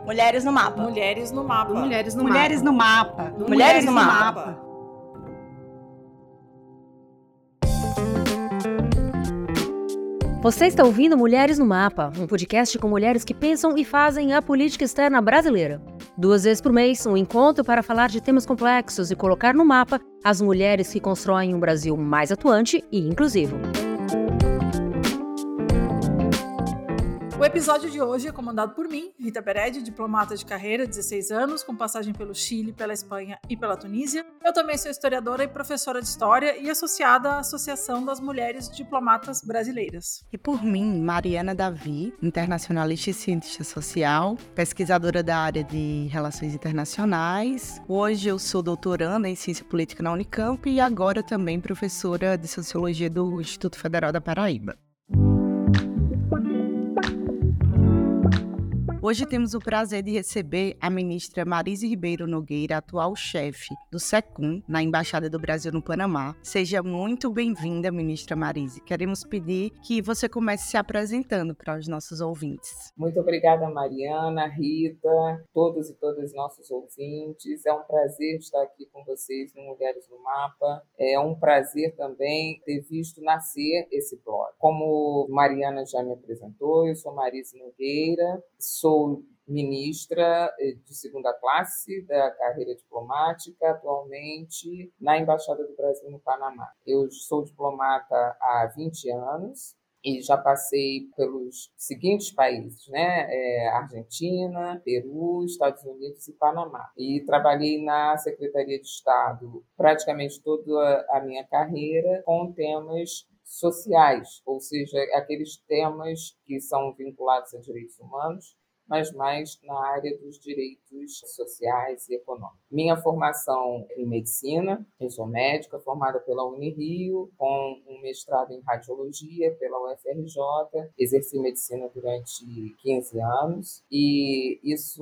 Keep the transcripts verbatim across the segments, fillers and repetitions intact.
Mulheres no mapa. Mulheres no mapa. Mulheres no Mulheres mapa. no mapa. Mulheres, Mulheres no, no mapa. mapa. Você está ouvindo Mulheres no Mapa, um podcast com mulheres que pensam e fazem a política externa brasileira. Duas vezes por mês, um encontro para falar de temas complexos e colocar no mapa as mulheres que constroem um Brasil mais atuante e inclusivo. O episódio de hoje é comandado por mim, Rita Beredi, diplomata de carreira, dezesseis anos, com passagem pelo Chile, pela Espanha e pela Tunísia. Eu também sou historiadora e professora de História e associada à Associação das Mulheres Diplomatas Brasileiras. E por mim, Mariana Davi, internacionalista e cientista social, pesquisadora da área de Relações Internacionais. Hoje eu sou doutoranda em Ciência Política na Unicamp e agora também professora de Sociologia do Instituto Federal da Paraíba. Hoje temos o prazer de receber a ministra Marise Ribeiro Nogueira, atual chefe do SECOM, na Embaixada do Brasil no Panamá. Seja muito bem-vinda, ministra Marise. Queremos pedir que você comece se apresentando para os nossos ouvintes. Muito obrigada, Mariana, Rita, todos e todas os nossos ouvintes. É um prazer estar aqui com vocês no Mulheres no Mapa. É um prazer também ter visto nascer esse blog. Como Mariana já me apresentou, eu sou Marise Nogueira, sou ministra de segunda classe da carreira diplomática, atualmente na Embaixada do Brasil no Panamá. Eu sou diplomata há vinte anos e já passei pelos seguintes países, né? É, Argentina, Peru, Estados Unidos e Panamá. E trabalhei na Secretaria de Estado praticamente toda a minha carreira com temas sociais, ou seja, aqueles temas que são vinculados a direitos humanos, mas mais na área dos direitos sociais e econômicos. Minha formação em medicina, eu sou médica formada pela Unirio, com um mestrado em radiologia pela U F R J, exerci medicina durante quinze anos e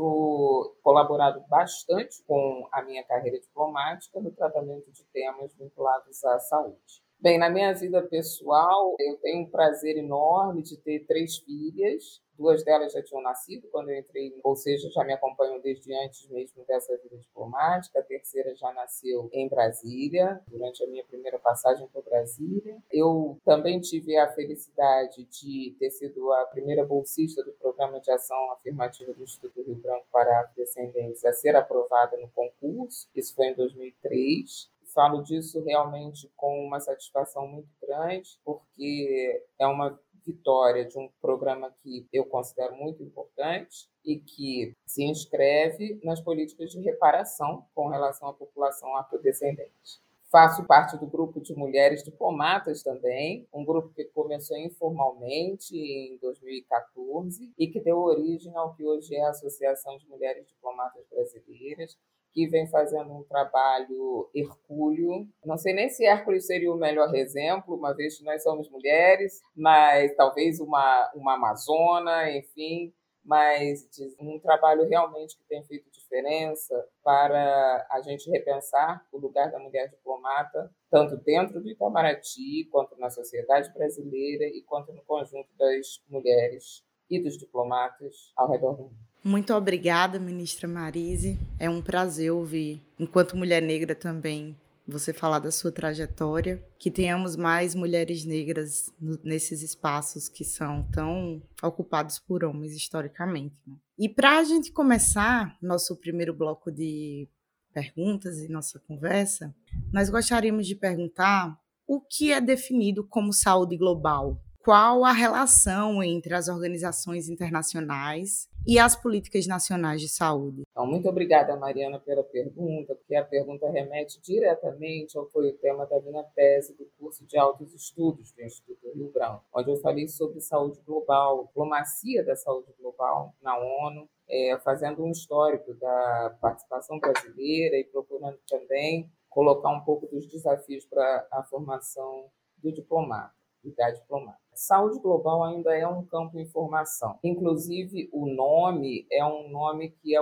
isso colaborado bastante com a minha carreira diplomática no tratamento de temas vinculados à saúde. Bem, na minha vida pessoal, eu tenho um prazer enorme de ter três filhas. Duas delas já tinham nascido quando eu entrei, ou seja, já me acompanham desde antes mesmo dessa vida diplomática. A terceira já nasceu em Brasília, durante a minha primeira passagem por Brasília. Eu também tive a felicidade de ter sido a primeira bolsista do Programa de Ação Afirmativa do Instituto Rio Branco para Afrodescendentes a ser aprovada no concurso. Isso foi em dois mil e três. Falo disso realmente com uma satisfação muito grande, porque é uma vitória de um programa que eu considero muito importante e que se inscreve nas políticas de reparação com relação à população afrodescendente. Faço parte do grupo de mulheres diplomatas também, um grupo que começou informalmente em dois mil e quatorze e que deu origem ao que hoje é a Associação de Mulheres Diplomatas Brasileiras, que vem fazendo um trabalho hercúleo. Não sei nem se Hércules seria o melhor exemplo, uma vez que nós somos mulheres, mas talvez uma, uma amazona, enfim, mas um trabalho realmente que tem feito diferença para a gente repensar o lugar da mulher diplomata, tanto dentro do Itamaraty, quanto na sociedade brasileira e quanto no conjunto das mulheres e dos diplomatas ao redor do mundo. Muito obrigada, ministra Marise. É um prazer ouvir, enquanto mulher negra também, você falar da sua trajetória, que tenhamos mais mulheres negras nesses espaços que são tão ocupados por homens historicamente, né? E para a gente começar nosso primeiro bloco de perguntas e nossa conversa, nós gostaríamos de perguntar o que é definido como saúde global. Qual a relação entre as organizações internacionais e as políticas nacionais de saúde? Então, muito obrigada, Mariana, pela pergunta, porque a pergunta remete diretamente ao foi o tema da minha tese do curso de altos estudos do Instituto Rio Branco, onde eu falei sobre saúde global, diplomacia da saúde global na ONU, é, fazendo um histórico da participação brasileira e procurando também colocar um pouco dos desafios para a formação do diplomata. Da diplomata. Saúde global ainda é um campo em formação. Inclusive, o nome é um nome que é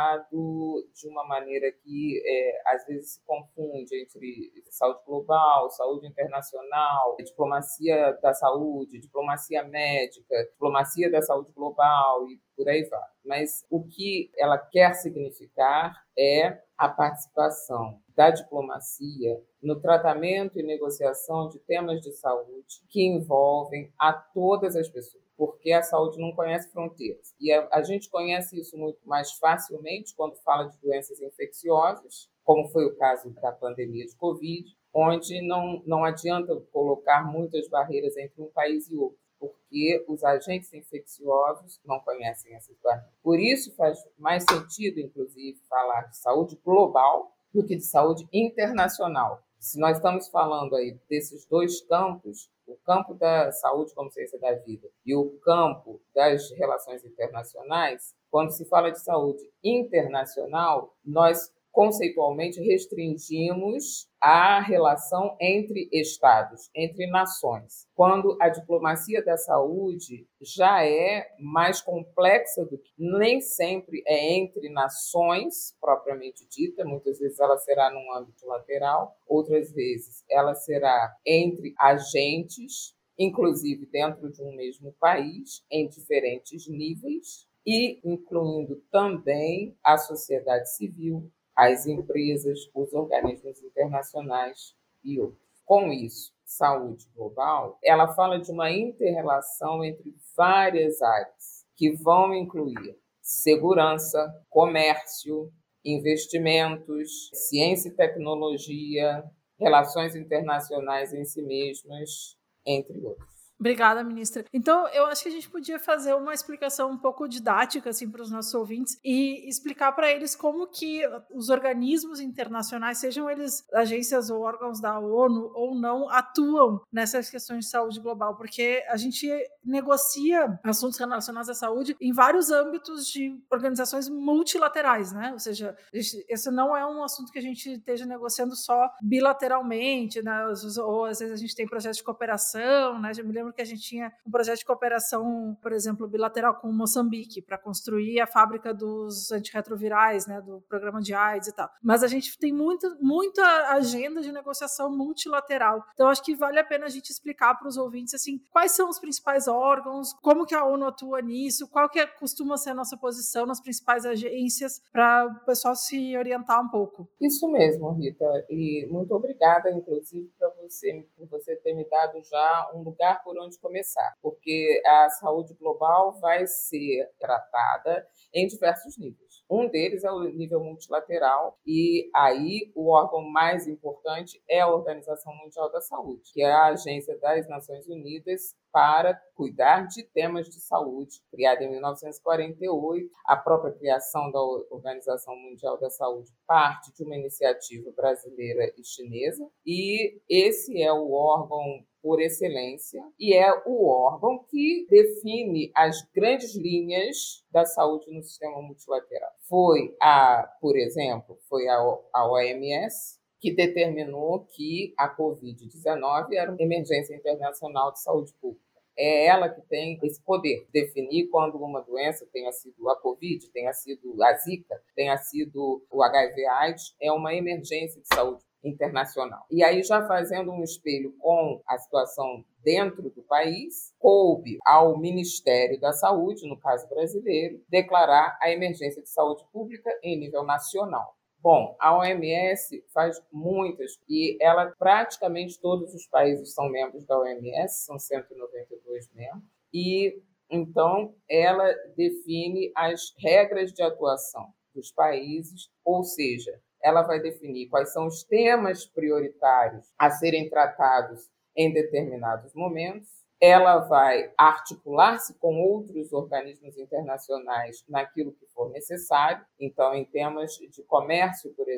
usado de uma maneira que, é, às vezes, se confunde entre saúde global, saúde internacional, diplomacia da saúde, diplomacia médica, diplomacia da saúde global e por aí vai. Mas o que ela quer significar é a participação da diplomacia no tratamento e negociação de temas de saúde que envolvem a todas as pessoas, porque a saúde não conhece fronteiras. E a, a gente conhece isso muito mais facilmente quando fala de doenças infecciosas, como foi o caso da pandemia de Covid, onde não, não adianta colocar muitas barreiras entre um país e outro, porque os agentes infecciosos não conhecem essas barreiras. Por isso faz mais sentido, inclusive, falar de saúde global do que de saúde internacional. Se nós estamos falando aí desses dois campos, o campo da saúde como ciência da vida e o campo das relações internacionais, quando se fala de saúde internacional, nós conceitualmente restringimos a relação entre estados, entre nações, quando a diplomacia da saúde já é mais complexa do que nem sempre é entre nações propriamente dita, muitas vezes ela será num âmbito lateral, outras vezes ela será entre agentes, inclusive dentro de um mesmo país, em diferentes níveis, e incluindo também a sociedade civil, as empresas, os organismos internacionais e outros. Com isso, saúde global, ela fala de uma inter-relação entre várias áreas, que vão incluir segurança, comércio, investimentos, ciência e tecnologia, relações internacionais em si mesmas, entre outros. Obrigada, ministra. Então, eu acho que a gente podia fazer uma explicação um pouco didática assim, para os nossos ouvintes e explicar para eles como que os organismos internacionais, sejam eles agências ou órgãos da ONU ou não, atuam nessas questões de saúde global, porque a gente negocia assuntos relacionados à saúde em vários âmbitos de organizações multilaterais, né? Ou seja, esse não é um assunto que a gente esteja negociando só bilateralmente, né? Ou às vezes a gente tem projetos de cooperação, né? Eu me lembro que a gente tinha um projeto de cooperação, por exemplo, bilateral com Moçambique, para construir a fábrica dos antirretrovirais, né, do programa de AIDS e tal. Mas a gente tem muita, muita agenda de negociação multilateral. Então, acho que vale a pena a gente explicar para os ouvintes assim, quais são os principais órgãos, como que a ONU atua nisso, qual que é, costuma ser a nossa posição nas principais agências, para o pessoal se orientar um pouco. Isso mesmo, Rita. E muito obrigada, inclusive, para você, por você ter me dado já um lugar por onde começar, porque a saúde global vai ser tratada em diversos níveis. Um deles é o nível multilateral e aí o órgão mais importante é a Organização Mundial da Saúde, que é a agência das Nações Unidas para cuidar de temas de saúde, criada em mil novecentos e quarenta e oito. A própria criação da Organização Mundial da Saúde parte de uma iniciativa brasileira e chinesa, e esse é o órgão por excelência, e é o órgão que define as grandes linhas da saúde no sistema multilateral. Foi, a, por exemplo, foi a, a O M S que determinou que a covid dezenove era uma emergência internacional de saúde pública. É ela que tem esse poder de definir quando uma doença, tenha sido a Covid, tenha sido a Zika, tenha sido o H I V AIDS, é uma emergência de saúde internacional. E aí, já fazendo um espelho com a situação dentro do país, coube ao Ministério da Saúde, no caso brasileiro, declarar a emergência de saúde pública em nível nacional. Bom, a O M S faz muitas, e ela, praticamente todos os países são membros da O M S, são cento e noventa e dois membros, e então ela define as regras de atuação dos países, ou seja, ela vai definir quais são os temas prioritários a serem tratados em determinados momentos. Ela vai articular-se com outros organismos internacionais naquilo que for necessário. Então, em temas de comércio, por exemplo,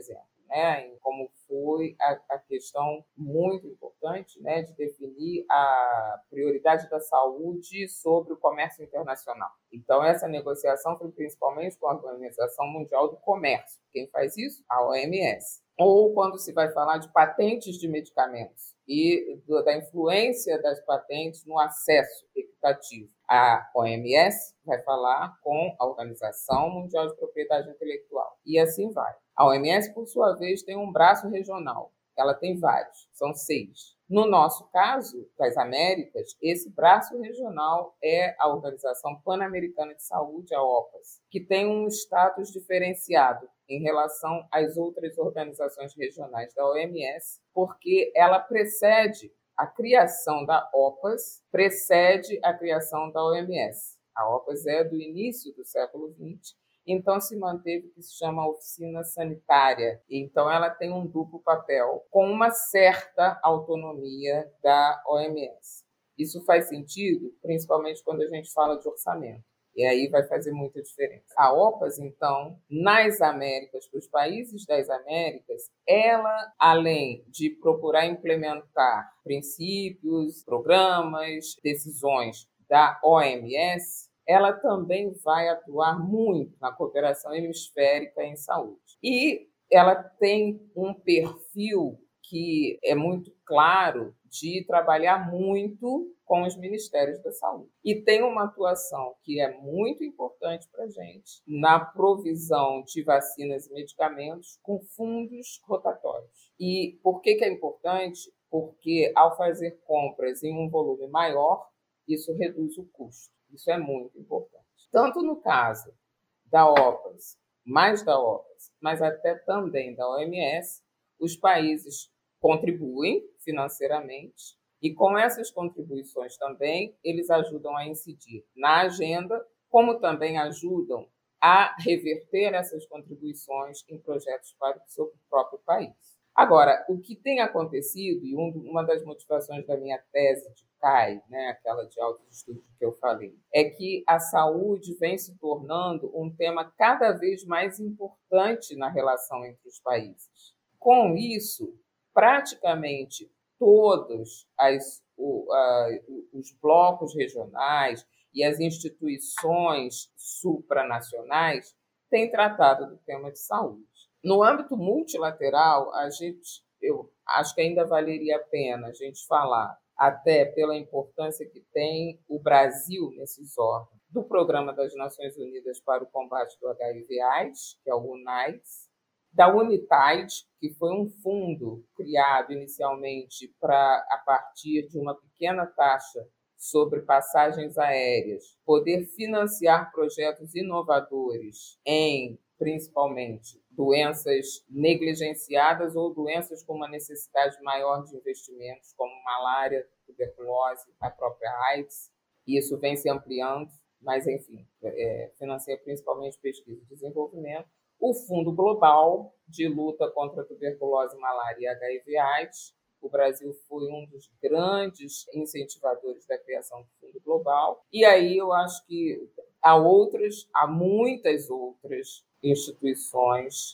né, como foi a, a questão muito importante, né, de definir a prioridade da saúde sobre o comércio internacional. Então, essa negociação foi principalmente com a Organização Mundial do Comércio. Quem faz isso? A O M S. Ou quando se vai falar de patentes de medicamentos e do, da influência das patentes no acesso equitativo. A O M S vai falar com a Organização Mundial de Propriedade Intelectual. E assim vai. A O M S, por sua vez, tem um braço regional. Ela tem vários, são seis. No nosso caso, das Américas, esse braço regional é a Organização Pan-Americana de Saúde, a O P A S, que tem um status diferenciado em relação às outras organizações regionais da O M S, porque ela precede a criação da O P A S, precede a criação da O M S. A O P A S é do início do século vinte, então se manteve o que se chama oficina sanitária. Então ela tem um duplo papel, com uma certa autonomia da O M S. Isso faz sentido, principalmente quando a gente fala de orçamento. E aí vai fazer muita diferença. A O P A S, então, nas Américas, para os países das Américas, ela, além de procurar implementar princípios, programas, decisões da O M S, ela também vai atuar muito na cooperação hemisférica em saúde. E ela tem um perfil que é muito claro de trabalhar muito com os ministérios da saúde. E tem uma atuação que é muito importante para a gente na provisão de vacinas e medicamentos com fundos rotatórios. E por que que é importante? Porque ao fazer compras em um volume maior, isso reduz o custo. Isso é muito importante. Tanto no caso da O P A S, mais da O P A S, mas até também da O M S, os países contribuem financeiramente e com essas contribuições também eles ajudam a incidir na agenda, como também ajudam a reverter essas contribuições em projetos para o seu próprio país. Agora, o que tem acontecido, e uma das motivações da minha tese de C A I, né, aquela de autoestudo que eu falei, é que a saúde vem se tornando um tema cada vez mais importante na relação entre os países. Com isso, praticamente todos as, o, uh, os blocos regionais e as instituições supranacionais têm tratado do tema de saúde. No âmbito multilateral, a gente, eu acho que ainda valeria a pena a gente falar, até pela importância que tem o Brasil nesses órgãos, do Programa das Nações Unidas para o Combate do H I V AIDS, que é o UNAIDS, da UNITAID, que foi um fundo criado inicialmente para, a partir de uma pequena taxa sobre passagens aéreas, poder financiar projetos inovadores em, principalmente, doenças negligenciadas ou doenças com uma necessidade maior de investimentos, como malária, tuberculose, a própria AIDS. E isso vem se ampliando, mas, enfim, é, financia principalmente pesquisa e desenvolvimento. O Fundo Global de Luta contra a Tuberculose, Malária e H I V AIDS. O Brasil foi um dos grandes incentivadores da criação do Fundo Global. E aí eu acho que há outras, há muitas outras instituições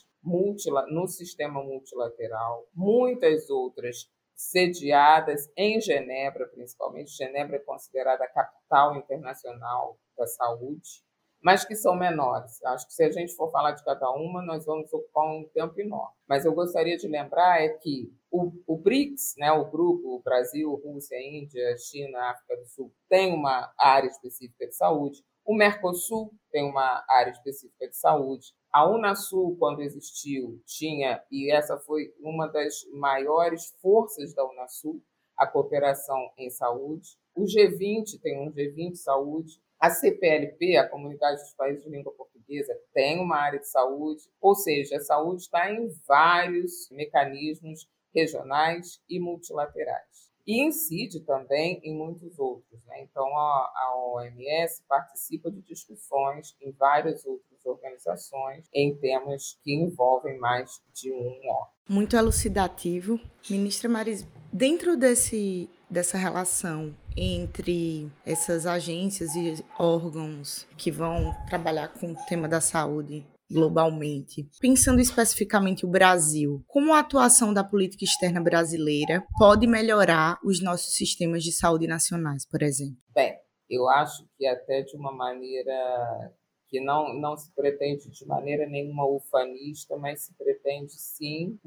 no sistema multilateral, muitas outras sediadas em Genebra, principalmente. Genebra é considerada a capital internacional da saúde, mas que são menores. Acho que se a gente for falar de cada uma, nós vamos ocupar um tempo enorme. Mas eu gostaria de lembrar é que o, o BRICS, né, o grupo Brasil, Rússia, Índia, China, África do Sul, tem uma área específica de saúde. O Mercosul tem uma área específica de saúde. A Unasul, quando existiu, tinha, e essa foi uma das maiores forças da Unasul, a cooperação em saúde. O G vinte tem um G vinte Saúde. A C P L P, a Comunidade dos Países de Língua Portuguesa, tem uma área de saúde, ou seja, a saúde está em vários mecanismos regionais e multilaterais. E incide também em muitos outros, né? Então, a, a O M S participa de discussões em várias outras organizações em temas que envolvem mais de um órgão. Muito elucidativo. Ministra Marisa, dentro desse, dessa relação entre essas agências e órgãos que vão trabalhar com o tema da saúde globalmente. Pensando especificamente o Brasil, como a atuação da política externa brasileira pode melhorar os nossos sistemas de saúde nacionais, por exemplo? Bem, eu acho que até de uma maneira que não, não se pretende de maneira nenhuma ufanista, mas se pretende, sim,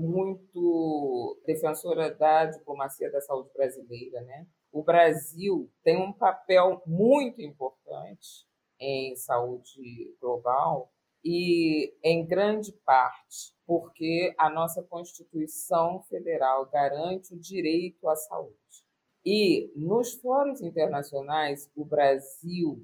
muito defensora da diplomacia da saúde brasileira, né? O Brasil tem um papel muito importante em saúde global e, em grande parte, porque a nossa Constituição Federal garante o direito à saúde. E, nos fóruns internacionais, o Brasil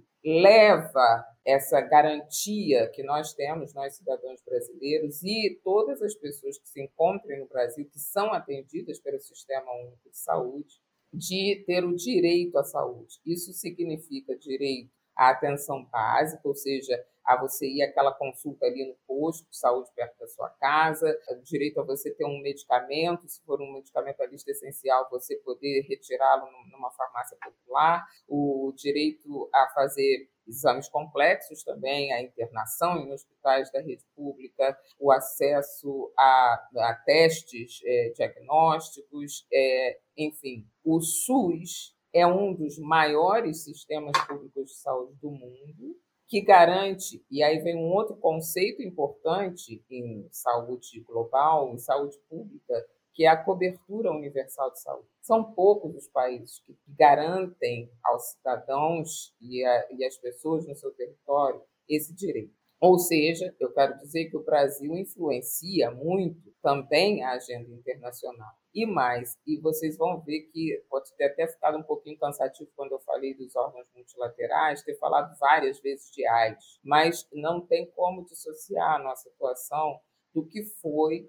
leva essa garantia que nós temos, nós cidadãos brasileiros, e todas as pessoas que se encontram no Brasil, que são atendidas pelo Sistema Único de Saúde, de ter o direito à saúde. Isso significa direito à atenção básica, ou seja, a você ir àquela consulta ali no posto de saúde perto da sua casa, o direito a você ter um medicamento, se for um medicamento da lista essencial, você poder retirá-lo numa farmácia popular, o direito a fazer exames complexos também, a internação em hospitais da rede pública, o acesso a, a testes é, diagnósticos, é, enfim. O SUS é um dos maiores sistemas públicos de saúde do mundo, que garante, e aí vem um outro conceito importante em saúde global, em saúde pública, que é a cobertura universal de saúde. São poucos os países que garantem aos cidadãos e, a, e às pessoas no seu território esse direito. Ou seja, eu quero dizer que o Brasil influencia muito também a agenda internacional. E mais, e vocês vão ver que pode ter até ficado um pouquinho cansativo quando eu falei dos órgãos multilaterais, ter falado várias vezes de AIDS, mas não tem como dissociar a nossa atuação do que foi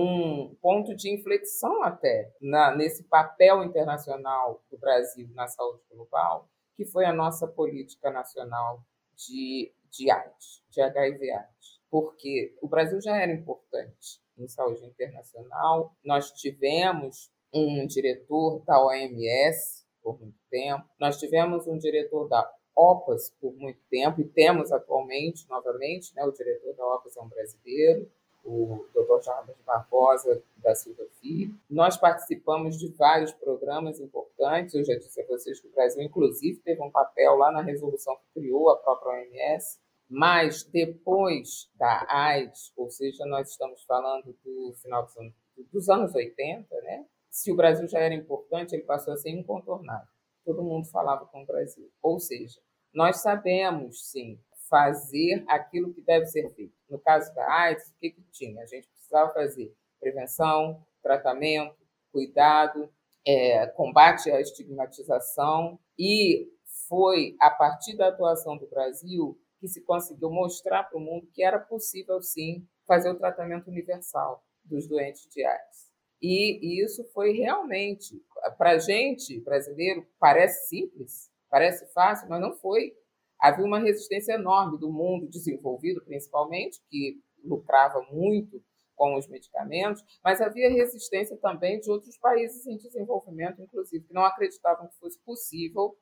um ponto de inflexão até na, nesse papel internacional do Brasil na saúde global, que foi a nossa política nacional de, de AIDS, de H I V AIDS. Porque o Brasil já era importante em saúde internacional, nós tivemos um diretor da O M S por muito tempo, nós tivemos um diretor da OPAS por muito tempo, e temos atualmente, novamente, né, o diretor da OPAS é um brasileiro, o doutor Jarbas Barbosa da Silva Filho. Nós participamos de vários programas importantes. Eu já disse a vocês que o Brasil, inclusive, teve um papel lá na resolução que criou a própria O M S, mas depois da AIDS, ou seja, nós estamos falando do final dos anos, dos anos oitenta, né? Se o Brasil já era importante, ele passou a ser incontornável. Todo mundo falava com o Brasil. Ou seja, nós sabemos, sim, fazer aquilo que deve ser feito. No caso da AIDS, o que, que tinha? A gente precisava fazer prevenção, tratamento, cuidado, é, combate à estigmatização, e foi a partir da atuação do Brasil que se conseguiu mostrar para o mundo que era possível, sim, fazer o tratamento universal dos doentes de AIDS. E isso foi realmente, para a gente, brasileiro, parece simples, parece fácil, mas não foi. Havia uma resistência enorme do mundo desenvolvido, principalmente, que lucrava muito com os medicamentos, mas havia resistência também de outros países em desenvolvimento, inclusive, que não acreditavam que fosse possível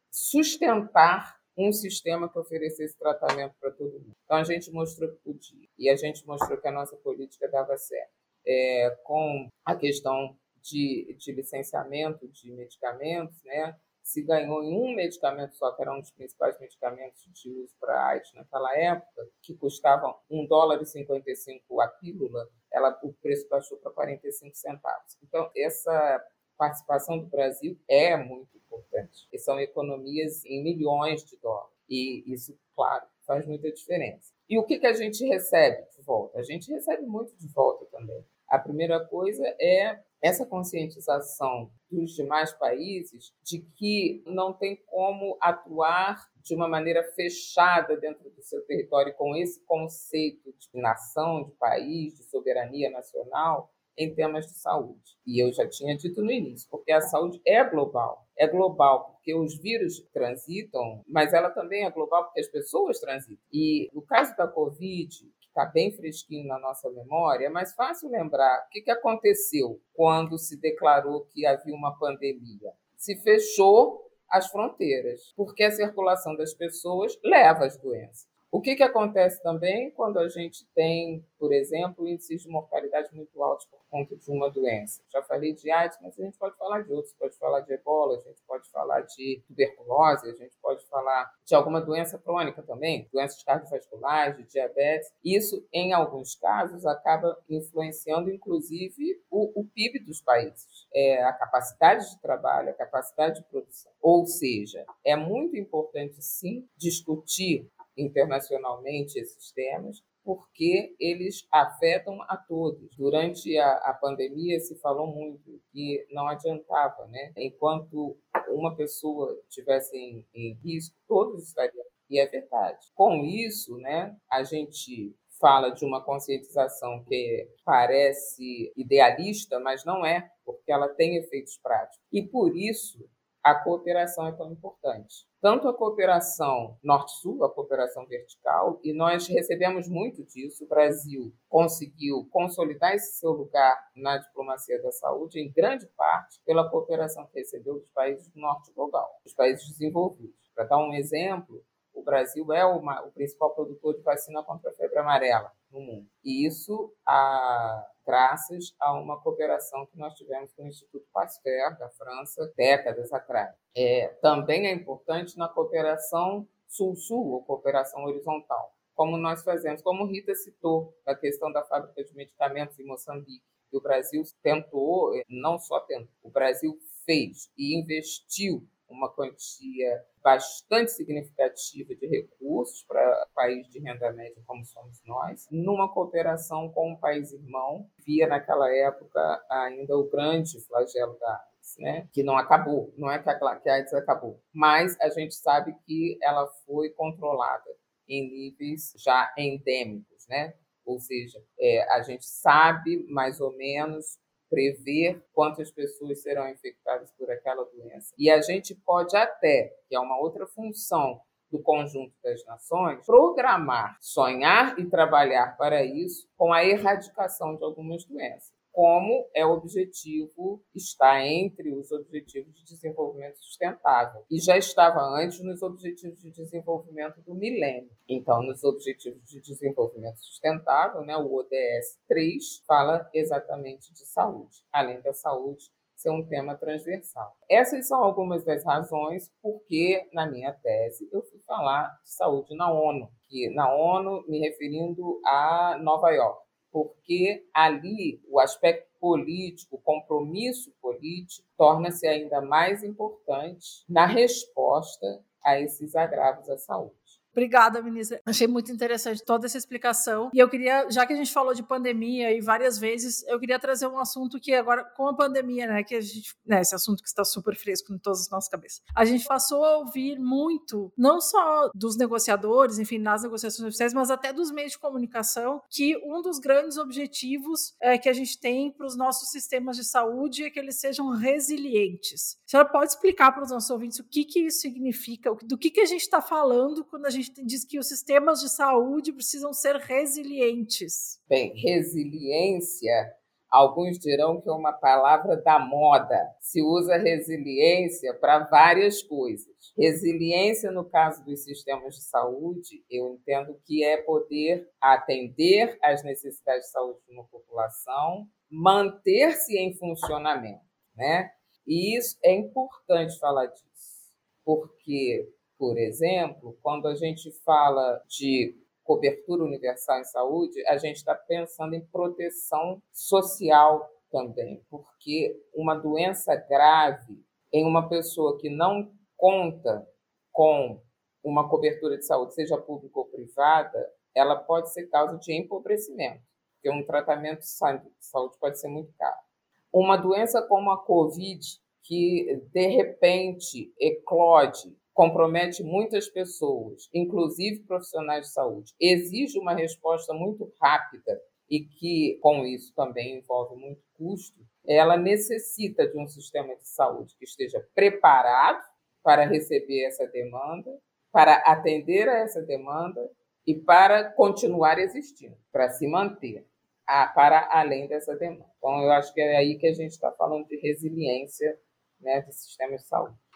sustentar um sistema que oferecesse tratamento para todo mundo. Então, a gente mostrou que podia, e a gente mostrou que a nossa política dava certo. É, com a questão de, de licenciamento de medicamentos, né? Se ganhou em um medicamento só, que era um dos principais medicamentos de uso para AIDS naquela época, que custava um dólar e cinquenta e cinco a pílula, ela, o preço baixou para quarenta e cinco centavos. Então, essa participação do Brasil é muito importante. E são economias em milhões de dólares. E isso, claro, faz muita diferença. E o que, que a gente recebe de volta? A gente recebe muito de volta também. A primeira coisa é essa conscientização dos demais países de que não tem como atuar de uma maneira fechada dentro do seu território com esse conceito de nação, de país, de soberania nacional em temas de saúde. E eu já tinha dito no início, porque a saúde é global. É global porque os vírus transitam, mas ela também é global porque as pessoas transitam. E no caso da Covid, está bem fresquinho na nossa memória, é mais fácil lembrar o que, que aconteceu quando se declarou que havia uma pandemia. Se fechou as fronteiras, porque a circulação das pessoas leva as doenças. O que, que acontece também quando a gente tem, por exemplo, índices de mortalidade muito altos por conta de uma doença? Já falei de AIDS, mas a gente pode falar de outros, pode falar de ebola, a gente pode falar de tuberculose, a gente pode falar de alguma doença crônica também, doenças cardiovasculares, de diabetes. Isso, em alguns casos, acaba influenciando, inclusive, o, o P I B dos países, é, a capacidade de trabalho, a capacidade de produção. Ou seja, é muito importante, sim, discutir internacionalmente esses temas, porque eles afetam a todos. Durante a, a pandemia se falou muito que não adiantava, né? Enquanto uma pessoa estivesse em, em risco, todos estariam. E é verdade. Com isso, né, a gente fala de uma conscientização que parece idealista, mas não é, porque ela tem efeitos práticos. E por isso a cooperação é tão importante. Tanto a cooperação norte-sul, a cooperação vertical, e nós recebemos muito disso. O Brasil conseguiu consolidar esse seu lugar na diplomacia da saúde, em grande parte, pela cooperação que recebeu dos países do norte global, dos países desenvolvidos. Para dar um exemplo, o Brasil é uma, o principal produtor de vacina contra a febre amarela no mundo. E isso a, graças a uma cooperação que nós tivemos com o Instituto Pasteur, da França, décadas atrás. É, também é importante na cooperação sul-sul, ou cooperação horizontal, como nós fazemos, como Rita citou, a questão da fábrica de medicamentos em Moçambique. O Brasil tentou, não só tentou, o Brasil fez e investiu uma quantia bastante significativa de recursos para país de renda média como somos nós, numa cooperação com um país irmão, via naquela época ainda o grande flagelo da AIDS, né? Que não acabou, não é que a, que a AIDS acabou, mas a gente sabe que ela foi controlada em níveis já endêmicos, né? Ou seja, é, a gente sabe mais ou menos prever quantas pessoas serão infectadas por aquela doença. E a gente pode até, que é uma outra função do conjunto das nações, programar, sonhar e trabalhar para isso com a erradicação de algumas doenças, como é o objetivo, está entre os objetivos de desenvolvimento sustentável. E já estava antes nos objetivos de desenvolvimento do milênio. Então, nos objetivos de desenvolvimento sustentável, né, o O D S três fala exatamente de saúde, além da saúde ser um tema transversal. Essas são algumas das razões porque, na minha tese, eu fui falar de saúde na ONU, que na ONU, me referindo a Nova York, porque ali o aspecto político, o compromisso político, torna-se ainda mais importante na resposta a esses agravos à saúde. Obrigada, ministra. Achei muito interessante toda essa explicação. E eu queria, já que a gente falou de pandemia e várias vezes, eu queria trazer um assunto que agora, com a pandemia, né, que a gente, né, esse assunto que está super fresco em todas as nossas cabeças, a gente passou a ouvir muito, não só dos negociadores, enfim, nas negociações oficiais, mas até dos meios de comunicação, que um dos grandes objetivos é, que a gente tem para os nossos sistemas de saúde é que eles sejam resilientes. A senhora pode explicar para os nossos ouvintes o que, que isso significa, do que, que a gente está falando quando a gente diz que os sistemas de saúde precisam ser resilientes? Bem, resiliência, alguns dirão que é uma palavra da moda. Se usa resiliência para várias coisas. Resiliência, no caso dos sistemas de saúde, eu entendo que é poder atender às necessidades de saúde de uma população, manter-se em funcionamento, né? E isso é importante falar disso, porque, por exemplo, quando a gente fala de cobertura universal em saúde, a gente está pensando em proteção social também, porque uma doença grave em uma pessoa que não conta com uma cobertura de saúde, seja pública ou privada, ela pode ser causa de empobrecimento, porque um tratamento de saúde pode ser muito caro. Uma doença como a Covid, que de repente eclode, compromete muitas pessoas, inclusive profissionais de saúde, exige uma resposta muito rápida e que, com isso, também envolve muito custo, ela necessita de um sistema de saúde que esteja preparado para receber essa demanda, para atender a essa demanda e para continuar existindo, para se manter, para além dessa demanda. Então, eu acho que é aí que a gente está falando de resiliência, né, do sistema de saúde.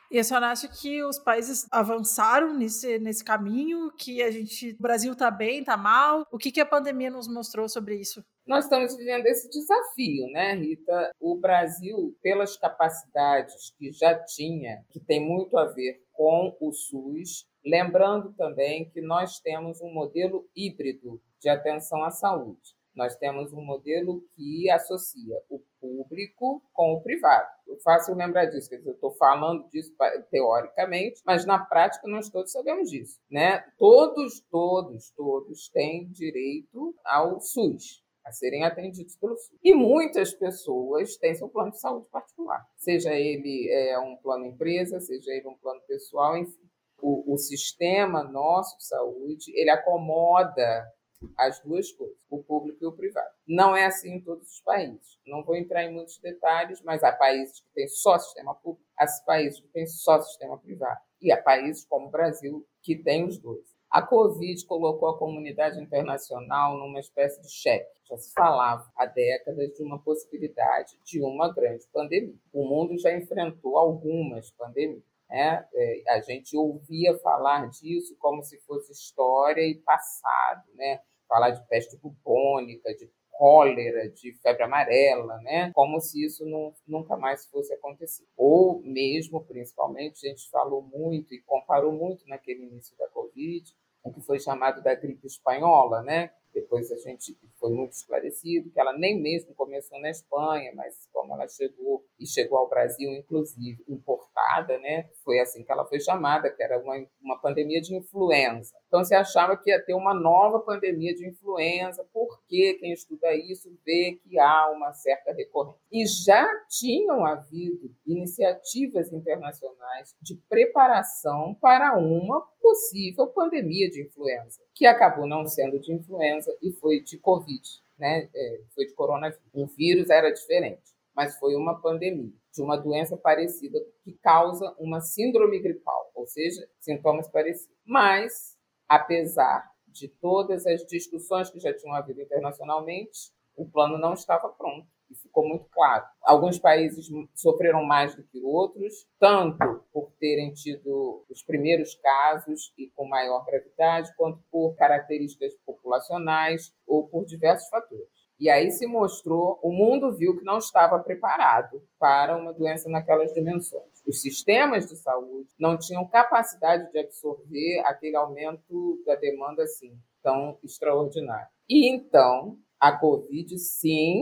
E a senhora acha que os países avançaram nesse, nesse caminho, que a gente, o Brasil está bem, está mal? O que, que a pandemia nos mostrou sobre isso? Nós estamos vivendo esse desafio, né, Rita? O Brasil, pelas capacidades que já tinha, que tem muito a ver com o SUS, lembrando também que nós temos um modelo híbrido de atenção à saúde. Nós temos um modelo que associa o público com o privado. É fácil lembrar disso, quer dizer, eu estou falando disso teoricamente, mas na prática nós todos sabemos disso, né? Todos, todos, todos têm direito ao SUS, a serem atendidos pelo SUS. E muitas pessoas têm seu plano de saúde particular, seja ele é, um plano empresa, seja ele um plano pessoal, enfim. O, o sistema nosso de saúde, ele acomoda as duas coisas, o público e o privado. Não é assim em todos os países. Não vou entrar em muitos detalhes, mas há países que têm só sistema público, há países que têm só sistema privado. E há países como o Brasil que têm os dois. A Covid colocou a comunidade internacional numa espécie de cheque. Já se falava há décadas de uma possibilidade de uma grande pandemia. O mundo já enfrentou algumas pandemias. É, é, a gente ouvia falar disso como se fosse história e passado, né? Falar de peste bubônica, de cólera, de febre amarela, né? Como se isso não, nunca mais fosse acontecer. Ou mesmo, principalmente, a gente falou muito e comparou muito naquele início da Covid, o que foi chamado da gripe espanhola, né? Depois a gente foi muito esclarecido que ela nem mesmo começou na Espanha, mas como ela chegou e chegou ao Brasil, inclusive importada, né? Foi assim que ela foi chamada, que era uma, uma pandemia de influenza. Então se achava que ia ter uma nova pandemia de influenza, porque quem estuda isso vê que há uma certa recorrência. E já tinham havido iniciativas internacionais de preparação para uma possível pandemia de influenza, que acabou não sendo de influenza e foi de Covid, né? É, foi de coronavírus. O vírus era diferente, mas foi uma pandemia de uma doença parecida que causa uma síndrome gripal, ou seja, sintomas parecidos. Mas, apesar de todas as discussões que já tinham havido internacionalmente, o plano não estava pronto. E ficou muito claro. Alguns países sofreram mais do que outros, tanto por terem tido os primeiros casos e com maior gravidade, quanto por características populacionais ou por diversos fatores. E aí se mostrou, o mundo viu que não estava preparado para uma doença naquelas dimensões. Os sistemas de saúde não tinham capacidade de absorver aquele aumento da demanda assim, tão extraordinário. E então, a Covid, sim,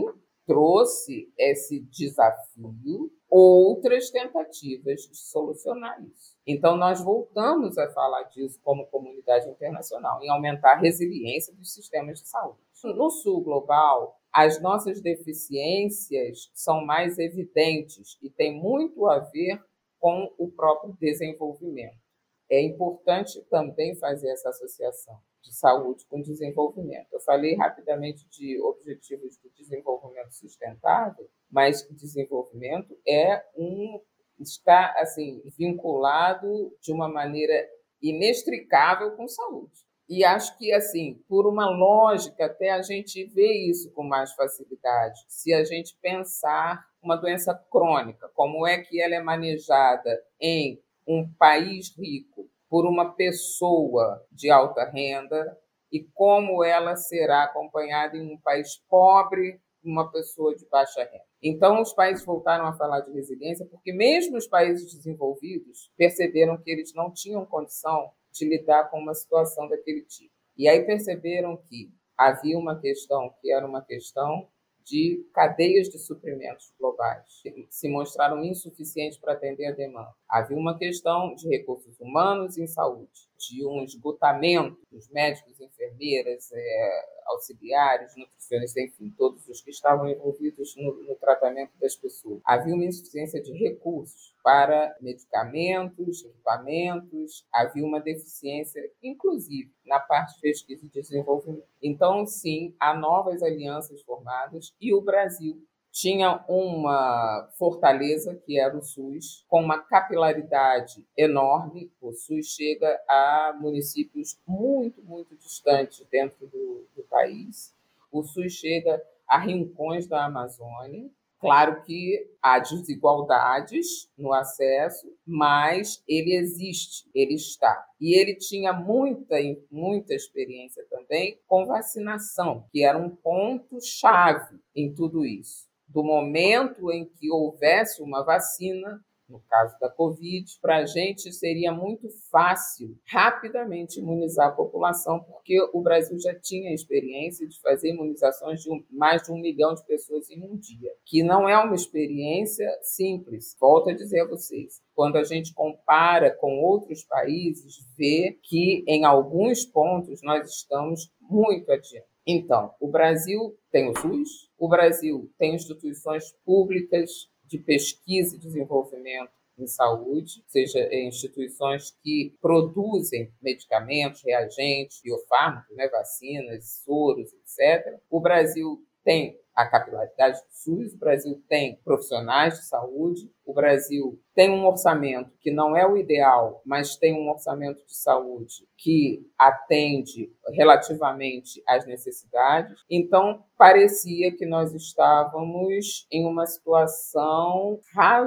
trouxe esse desafio, outras tentativas de solucionar isso. Então, nós voltamos a falar disso como comunidade internacional, em aumentar a resiliência dos sistemas de saúde. No sul global, as nossas deficiências são mais evidentes e têm muito a ver com o próprio desenvolvimento. É importante também fazer essa associação de saúde com desenvolvimento. Eu falei rapidamente de objetivos de desenvolvimento sustentável, mas desenvolvimento é um está assim vinculado de uma maneira inextricável com saúde. E acho que assim, por uma lógica, até a gente vê isso com mais facilidade. Se a gente pensar uma doença crônica, como é que ela é manejada em um país rico por uma pessoa de alta renda e como ela será acompanhada em um país pobre, uma pessoa de baixa renda. Então, os países voltaram a falar de resiliência porque mesmo os países desenvolvidos perceberam que eles não tinham condição de lidar com uma situação daquele tipo. E aí perceberam que havia uma questão que era uma questão de cadeias de suprimentos globais, que se mostraram insuficientes para atender a demanda. Havia uma questão de recursos humanos em saúde, de um esgotamento dos médicos, enfermeiras, é, auxiliares, nutricionistas, enfim, todos os que estavam envolvidos no, no tratamento das pessoas. Havia uma insuficiência de recursos para medicamentos, equipamentos, havia uma deficiência, inclusive, na parte de pesquisa e desenvolvimento. Então, sim, há novas alianças formadas e o Brasil tinha uma fortaleza, que era o SUS, com uma capilaridade enorme. O SUS chega a municípios muito, muito distantes dentro do, do país. O SUS chega a rincões da Amazônia, Claro que há desigualdades no acesso, mas ele existe, ele está. E ele tinha muita, muita experiência também com vacinação, que era um ponto-chave em tudo isso. Do momento em que houvesse uma vacina, no caso da Covid, para a gente seria muito fácil, rapidamente imunizar a população, porque o Brasil já tinha a experiência de fazer imunizações de um, mais de um milhão de pessoas em um dia, que não é uma experiência simples. Volto a dizer a vocês, quando a gente compara com outros países, vê que em alguns pontos nós estamos muito adiante. Então, o Brasil tem o SUS, o Brasil tem instituições públicas de pesquisa e desenvolvimento em saúde, ou seja, instituições que produzem medicamentos, reagentes, biofármacos, né, vacinas, soros, etcétera. O Brasil tem a capilaridade do SUS, o Brasil tem profissionais de saúde, o Brasil tem um orçamento que não é o ideal, mas tem um orçamento de saúde que atende relativamente às necessidades. Então, parecia que nós estávamos em uma situação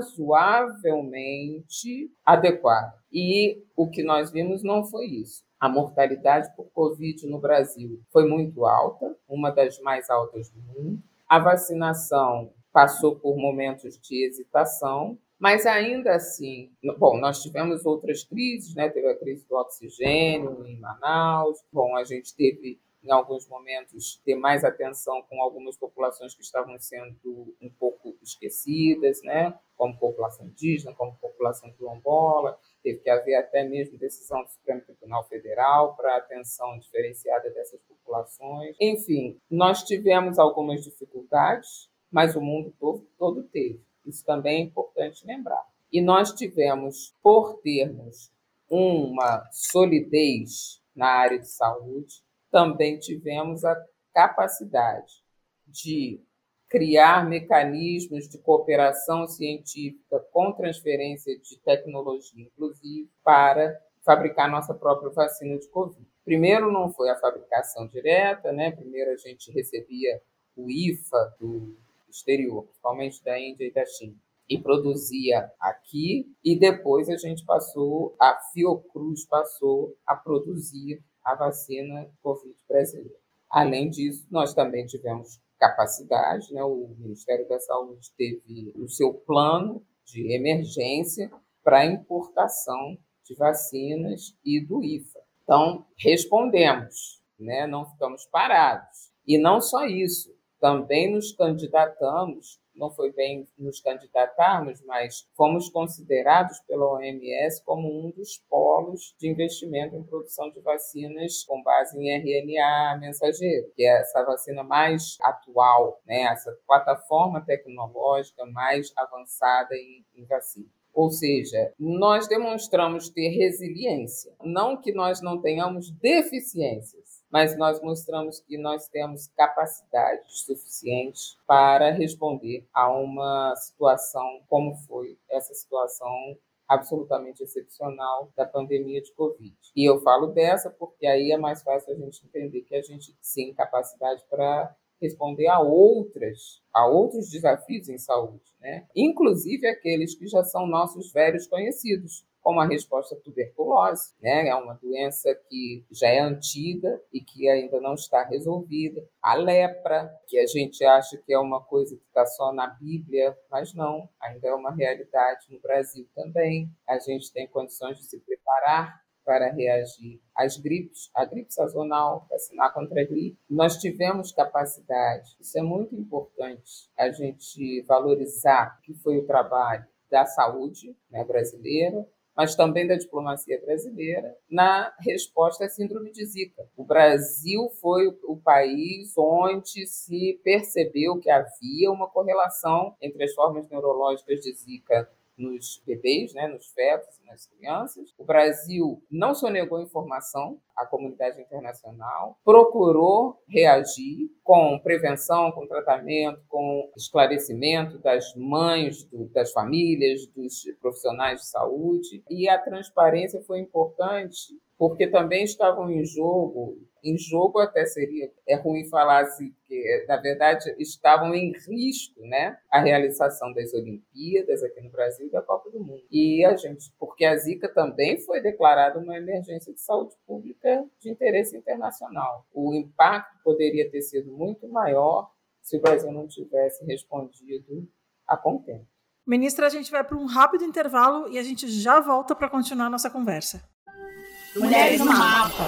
razoavelmente adequada. E o que nós vimos não foi isso. A mortalidade por Covid no Brasil foi muito alta, uma das mais altas do mundo. A vacinação passou por momentos de hesitação, mas ainda assim, bom, nós tivemos outras crises, né? Teve a crise do oxigênio em Manaus, bom, a gente teve em alguns momentos ter mais atenção com algumas populações que estavam sendo um pouco esquecidas, né? Como população indígena, como população quilombola. Teve que haver até mesmo decisão do Supremo Tribunal Federal para atenção diferenciada dessas populações. Enfim, nós tivemos algumas dificuldades, mas o mundo todo, todo teve. Isso também é importante lembrar. E nós tivemos, por termos uma solidez na área de saúde, também tivemos a capacidade de criar mecanismos de cooperação científica com transferência de tecnologia, inclusive, para fabricar nossa própria vacina de Covid. Primeiro não foi a fabricação direta, né? Primeiro a gente recebia o I F A do exterior, principalmente da Índia e da China, e produzia aqui, e depois a gente passou, a Fiocruz passou a produzir a vacina Covid brasileira. Além disso, nós também tivemos capacidade, né? O Ministério da Saúde teve o seu plano de emergência para a importação de vacinas e do I F A. Então, respondemos, né? Não ficamos parados. E não só isso, também nos candidatamos, não foi bem nos candidatarmos, mas fomos considerados pela O M S como um dos polos de investimento em produção de vacinas com base em R N A mensageiro, que é essa vacina mais atual, né? Essa plataforma tecnológica mais avançada em, em vacina. Ou seja, nós demonstramos ter resiliência. Não que nós não tenhamos deficiências, mas nós mostramos que nós temos capacidade suficiente para responder a uma situação como foi essa situação absolutamente excepcional da pandemia de Covid. E eu falo dessa porque aí é mais fácil a gente entender que a gente tem capacidade para responder a outras, a outros desafios em saúde, né? Inclusive aqueles que já são nossos velhos conhecidos, como a resposta à tuberculose, né? É uma doença que já é antiga e que ainda não está resolvida. A lepra, que a gente acha que é uma coisa que está só na Bíblia, mas não, ainda é uma realidade no Brasil também. A gente tem condições de se preparar para reagir às gripes, a gripe sazonal, vacinar contra a gripe. Nós tivemos capacidade, isso é muito importante, a gente valorizar o que foi o trabalho da saúde, né, brasileira, mas também da diplomacia brasileira, na resposta à síndrome de Zika. O Brasil foi o país onde se percebeu que havia uma correlação entre as formas neurológicas de Zika nos bebês, né, nos fetos e nas crianças. O Brasil não só negou informação à comunidade internacional, procurou reagir com prevenção, com tratamento, com esclarecimento das mães, do, das famílias, dos profissionais de saúde. E a transparência foi importante porque também estavam em jogo em jogo até seria, é ruim falar assim, porque, na verdade, estavam em risco, né, a realização das Olimpíadas aqui no Brasil e da Copa do Mundo. E a gente, porque a Zika também foi declarada uma emergência de saúde pública de interesse internacional. O impacto poderia ter sido muito maior se o Brasil não tivesse respondido a contento. Ministra, a gente vai para um rápido intervalo e a gente já volta para continuar a nossa conversa. Mulheres no Mapa.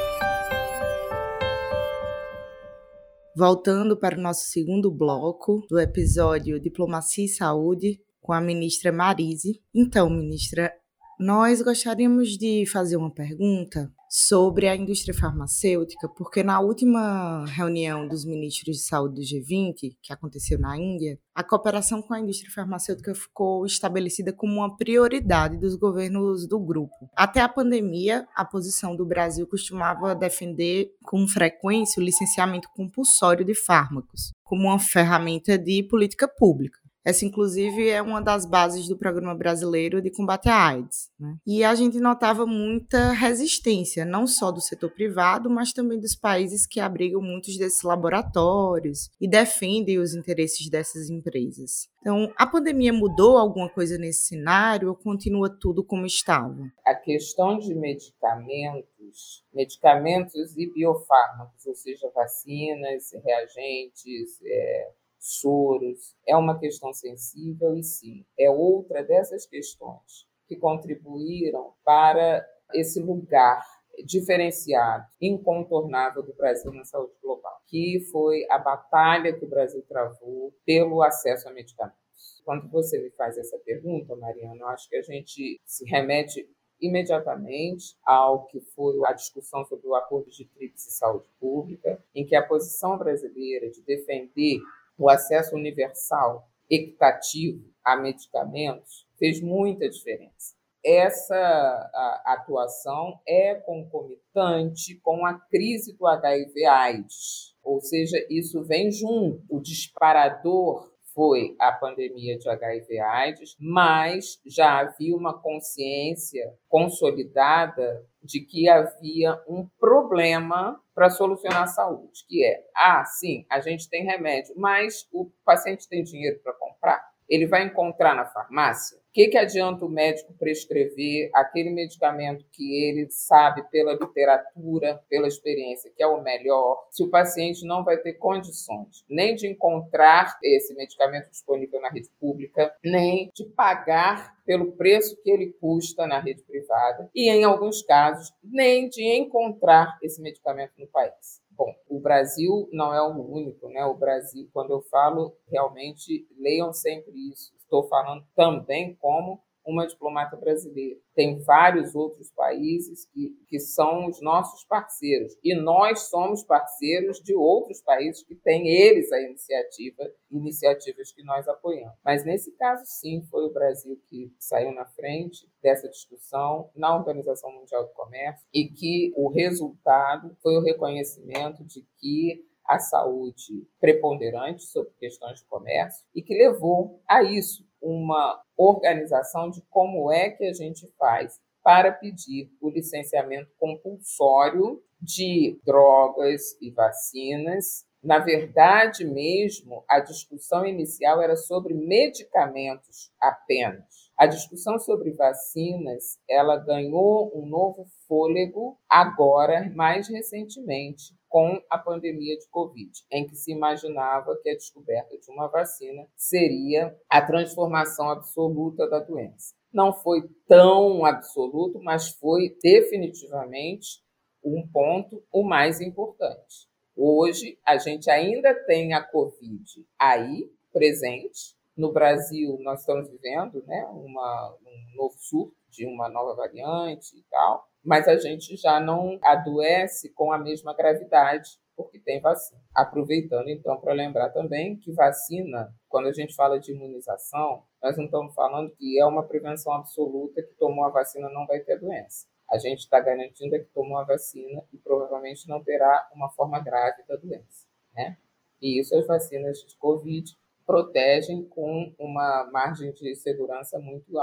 Voltando para o nosso segundo bloco do episódio Diplomacia e Saúde, com a ministra Marise. Então, ministra, nós gostaríamos de fazer uma pergunta sobre a indústria farmacêutica, porque na última reunião dos ministros de saúde do G vinte, que aconteceu na Índia, a cooperação com a indústria farmacêutica ficou estabelecida como uma prioridade dos governos do grupo. Até a pandemia, a posição do Brasil costumava defender com frequência o licenciamento compulsório de fármacos, como uma ferramenta de política pública. Essa, inclusive, é uma das bases do Programa Brasileiro de Combate à AIDS, né? E a gente notava muita resistência, não só do setor privado, mas também dos países que abrigam muitos desses laboratórios e defendem os interesses dessas empresas. Então, a pandemia mudou alguma coisa nesse cenário ou continua tudo como estava? A questão de medicamentos, medicamentos e biofármacos, ou seja, vacinas, reagentes, é... soros, é uma questão sensível e sim, é outra dessas questões que contribuíram para esse lugar diferenciado, incontornável do Brasil na saúde global, que foi a batalha que o Brasil travou pelo acesso a medicamentos. Quando você me faz essa pergunta, Mariana, eu acho que a gente se remete imediatamente ao que foi a discussão sobre o Acordo de Tríplice Saúde Pública, em que a posição brasileira de defender o acesso universal, equitativo a medicamentos fez muita diferença. Essa a, atuação é concomitante com a crise do H I V AIDS, ou seja, isso vem junto. O disparador foi a pandemia de H I V AIDS, mas já havia uma consciência consolidada de que havia um problema para solucionar a saúde, que é, ah, sim, a gente tem remédio, mas o paciente tem dinheiro para comprar? Ele vai encontrar na farmácia? O que, que adianta o médico prescrever aquele medicamento que ele sabe pela literatura, pela experiência, que é o melhor, se o paciente não vai ter condições nem de encontrar esse medicamento disponível na rede pública, nem de pagar pelo preço que ele custa na rede privada e, em alguns casos, nem de encontrar esse medicamento no país. Bom, o Brasil não é o único, né? O Brasil, quando eu falo, realmente, leiam sempre isso. Estou falando também como uma diplomata brasileira. Tem vários outros países que, que são os nossos parceiros. E nós somos parceiros de outros países que têm eles a iniciativa, iniciativas que nós apoiamos. Mas, nesse caso, sim, foi o Brasil que saiu na frente dessa discussão na Organização Mundial do Comércio e que o resultado foi o reconhecimento de que a saúde preponderante sobre questões de comércio e que levou a isso, uma organização de como é que a gente faz para pedir o licenciamento compulsório de drogas e vacinas. Na verdade mesmo, a discussão inicial era sobre medicamentos apenas. A discussão sobre vacinas, ela ganhou um novo fôlego agora, mais recentemente, com a pandemia de Covid, em que se imaginava que a descoberta de uma vacina seria a transformação absoluta da doença. Não foi tão absoluto, mas foi definitivamente um ponto o mais importante. Hoje, a gente ainda tem a Covid aí, presente. No Brasil, nós estamos vivendo, né, uma, um novo surto de uma nova variante e tal, mas a gente já não adoece com a mesma gravidade, porque tem vacina. Aproveitando, então, para lembrar também que vacina, quando a gente fala de imunização, nós não estamos falando que é uma prevenção absoluta que tomou a vacina não vai ter doença. A gente está garantindo que tomou a vacina e provavelmente não terá uma forma grave da doença, né? E isso as vacinas de Covid protegem com uma margem de segurança muito alta.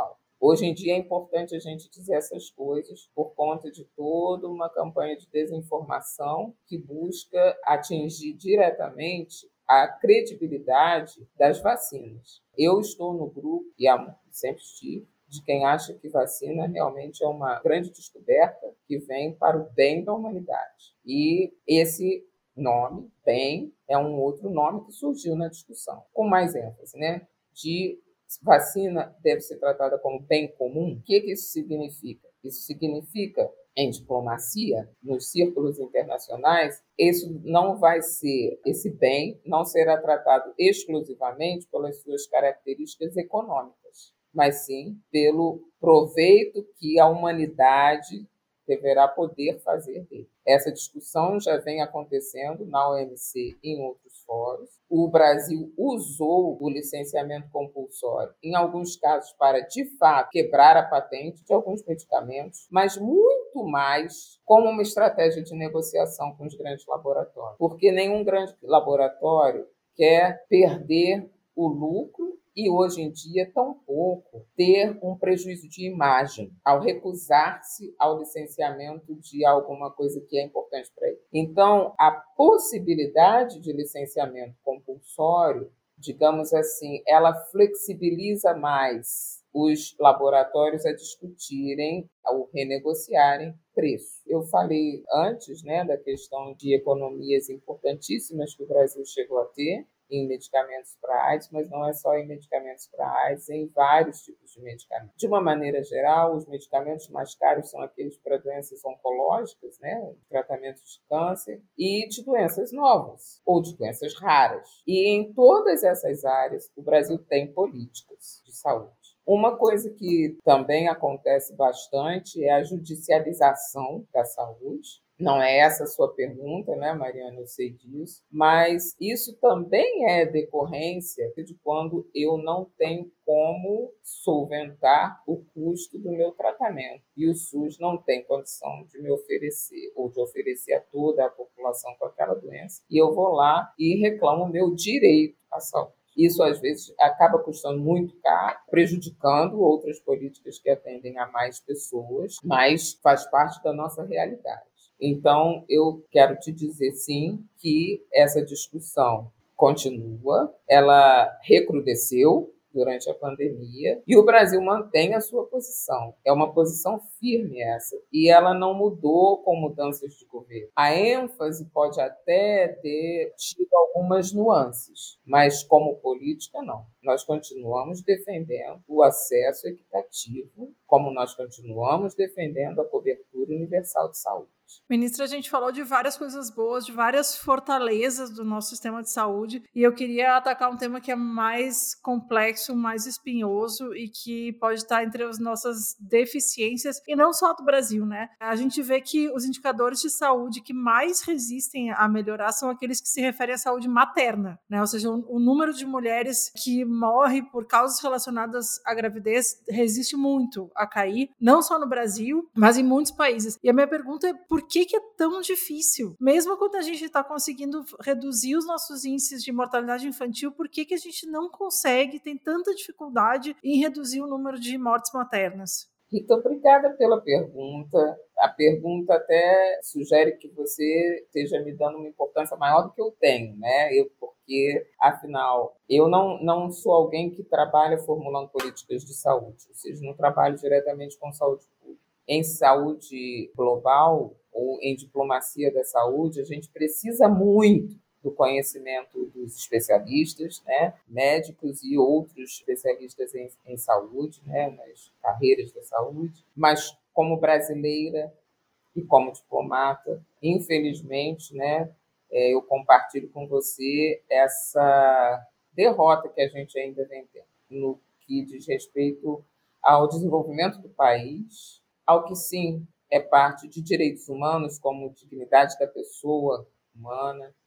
Hoje em dia é importante a gente dizer essas coisas por conta de toda uma campanha de desinformação que busca atingir diretamente a credibilidade das vacinas. Eu estou no grupo, e sempre estive, de quem acha que vacina realmente é uma grande descoberta que vem para o bem da humanidade. E esse nome, bem, é um outro nome que surgiu na discussão, com mais ênfase, né? De vacina deve ser tratada como bem comum. O que, que isso significa? Isso significa, em diplomacia, nos círculos internacionais, isso não vai ser, esse bem não será tratado exclusivamente pelas suas características econômicas, mas sim pelo proveito que a humanidade deverá poder fazer dele. Essa discussão já vem acontecendo na O M C e em outros fóruns. O Brasil usou o licenciamento compulsório, em alguns casos, para, de fato, quebrar a patente de alguns medicamentos, mas muito mais como uma estratégia de negociação com os grandes laboratórios, porque nenhum grande laboratório quer perder o lucro e, hoje em dia, tampouco ter um prejuízo de imagem ao recusar-se ao licenciamento de alguma coisa que é importante para ele. Então, a possibilidade de licenciamento compulsório, digamos assim, ela flexibiliza mais os laboratórios a discutirem ou renegociarem preço. Eu falei antes, né, da questão de economias importantíssimas que o Brasil chegou a ter em medicamentos para AIDS, mas não é só em medicamentos para AIDS, é em vários tipos de medicamentos. De uma maneira geral, os medicamentos mais caros são aqueles para doenças oncológicas, né, tratamentos de câncer, e de doenças novas, ou de doenças raras. E em todas essas áreas, o Brasil tem políticas de saúde. Uma coisa que também acontece bastante é a judicialização da saúde. Não é essa a sua pergunta, né, Mariana? Eu sei disso. Mas isso também é decorrência de quando eu não tenho como solventar o custo do meu tratamento. E o SUS não tem condição de me oferecer, ou de oferecer a toda a população com aquela doença. E eu vou lá e reclamo o meu direito à saúde. Isso, às vezes, acaba custando muito caro, prejudicando outras políticas que atendem a mais pessoas, mas faz parte da nossa realidade. Então, eu quero te dizer, sim, que essa discussão continua, ela recrudesceu durante a pandemia e o Brasil mantém a sua posição. É uma posição firme essa, e ela não mudou com mudanças de governo. A ênfase pode até ter tido algumas nuances, mas como política, não. Nós continuamos defendendo o acesso equitativo, como nós continuamos defendendo a cobertura universal de saúde. Ministra, a gente falou de várias coisas boas, de várias fortalezas do nosso sistema de saúde, e eu queria atacar um tema que é mais complexo, mais espinhoso e que pode estar entre as nossas deficiências, e não só do Brasil, né? A gente vê que os indicadores de saúde que mais resistem a melhorar são aqueles que se referem à saúde materna, né? Ou seja, o, o número de mulheres que morre por causas relacionadas à gravidez resiste muito a cair, não só no Brasil, mas em muitos países. E a minha pergunta é por que, que é tão difícil? Mesmo quando a gente está conseguindo reduzir os nossos índices de mortalidade infantil, por que, que a gente não consegue, tem tanta dificuldade em reduzir o número de mortes maternas? Rita, obrigada pela pergunta. A pergunta até sugere que você esteja me dando uma importância maior do que eu tenho, né? Eu, porque, afinal, eu não, não sou alguém que trabalha formulando políticas de saúde, ou seja, não trabalho diretamente com saúde pública. Em saúde global ou em diplomacia da saúde, a gente precisa muito do conhecimento dos especialistas, né, médicos e outros especialistas em, em saúde, né, nas carreiras da saúde, mas como brasileira e como diplomata, infelizmente, né, eu compartilho com você essa derrota que a gente ainda vem tendo no que diz respeito ao desenvolvimento do país, ao que sim é parte de direitos humanos, como dignidade da pessoa humana,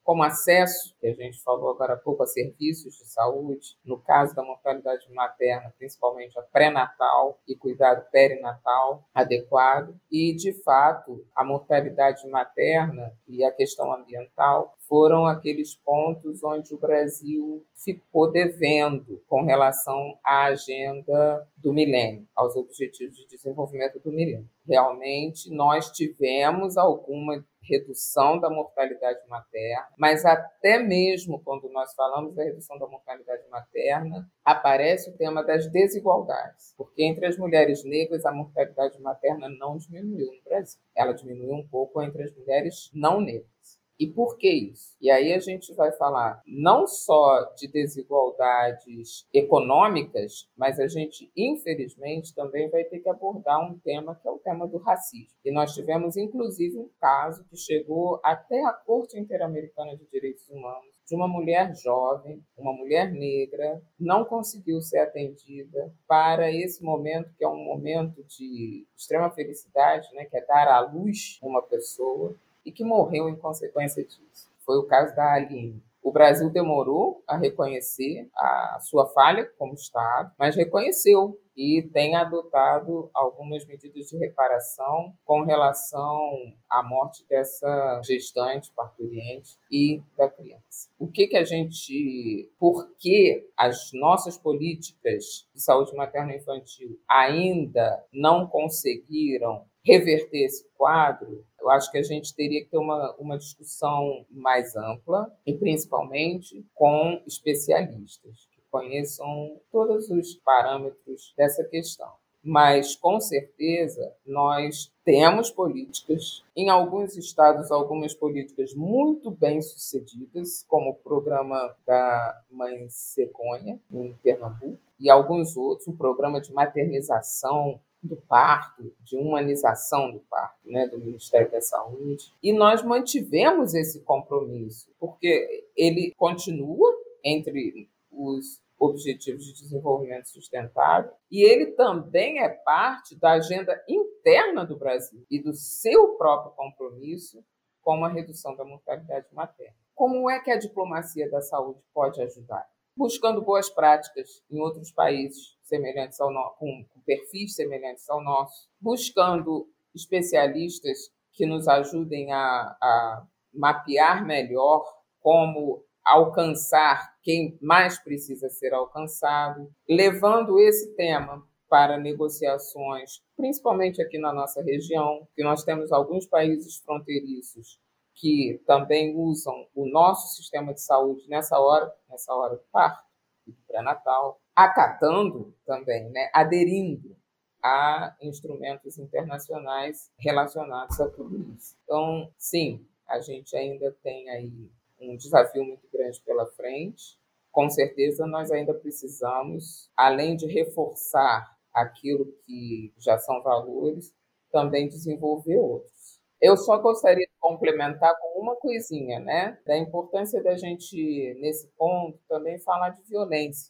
como acesso, que a gente falou agora há pouco, a serviços de saúde, no caso da mortalidade materna, principalmente a pré-natal e cuidado perinatal adequado, e, de fato, a mortalidade materna e a questão ambiental foram aqueles pontos onde o Brasil ficou devendo com relação à agenda do milênio, aos Objetivos de Desenvolvimento do Milênio. Realmente, nós tivemos alguma redução da mortalidade materna, mas até mesmo quando nós falamos da redução da mortalidade materna, aparece o tema das desigualdades, porque entre as mulheres negras a mortalidade materna não diminuiu no Brasil. Ela diminuiu um pouco entre as mulheres não negras. E por que isso? E aí a gente vai falar não só de desigualdades econômicas, mas a gente, infelizmente, também vai ter que abordar um tema que é o tema do racismo. E nós tivemos, inclusive, um caso que chegou até a Corte Interamericana de Direitos Humanos, de uma mulher jovem, uma mulher negra, não conseguiu ser atendida para esse momento, que é um momento de extrema felicidade, né, que é dar à luz uma pessoa, e que morreu em consequência disso. Foi o caso da Aline. O Brasil demorou a reconhecer a sua falha como Estado, mas reconheceu e tem adotado algumas medidas de reparação com relação à morte dessa gestante, parturiente e da criança. O que que a gente... Por que as nossas políticas de saúde materno-infantil ainda não conseguiram reverter esse quadro? Eu acho que a gente teria que ter uma, uma discussão mais ampla e, principalmente, com especialistas que conheçam todos os parâmetros dessa questão. Mas, com certeza, nós temos políticas, em alguns estados, algumas políticas muito bem sucedidas, como o programa da Mãe Cegonha, em Pernambuco, e alguns outros, o programa de maternização do parto, de humanização do parto, né, do Ministério da Saúde. E nós mantivemos esse compromisso, porque ele continua entre os Objetivos de Desenvolvimento Sustentável e ele também é parte da agenda interna do Brasil e do seu próprio compromisso com a redução da mortalidade materna. Como é que a diplomacia da saúde pode ajudar? Buscando boas práticas em outros países semelhantes ao no... com, com perfis semelhantes ao nosso, buscando especialistas que nos ajudem a, a mapear melhor como alcançar quem mais precisa ser alcançado, levando esse tema para negociações, principalmente aqui na nossa região, que nós temos alguns países fronteiriços que também usam o nosso sistema de saúde nessa hora, nessa hora do parto e do pré-natal, acatando também, né, aderindo a instrumentos internacionais relacionados a tudo isso. Então, sim, a gente ainda tem aí um desafio muito grande pela frente. Com certeza, nós ainda precisamos, além de reforçar aquilo que já são valores, também desenvolver outros. Eu só gostaria de complementar com uma coisinha, né? Da importância da gente, nesse ponto, também falar de violência.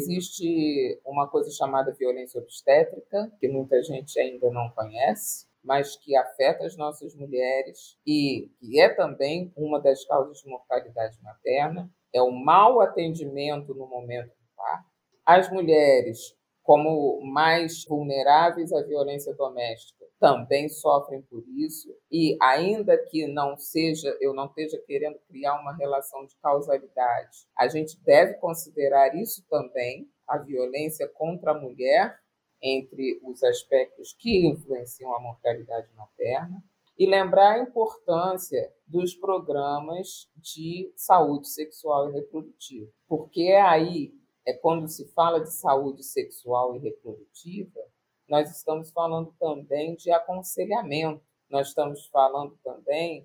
Existe uma coisa chamada violência obstétrica, que muita gente ainda não conhece, mas que afeta as nossas mulheres e que é também uma das causas de mortalidade materna, é o mau atendimento no momento do parto. As mulheres, como mais vulneráveis à violência doméstica, também sofrem por isso e, ainda que não seja, eu não esteja querendo criar uma relação de causalidade, a gente deve considerar isso também, a violência contra a mulher, entre os aspectos que influenciam a mortalidade materna, e lembrar a importância dos programas de saúde sexual e reprodutiva, porque é aí, é quando se fala de saúde sexual e reprodutiva, nós estamos falando também de aconselhamento, nós estamos falando também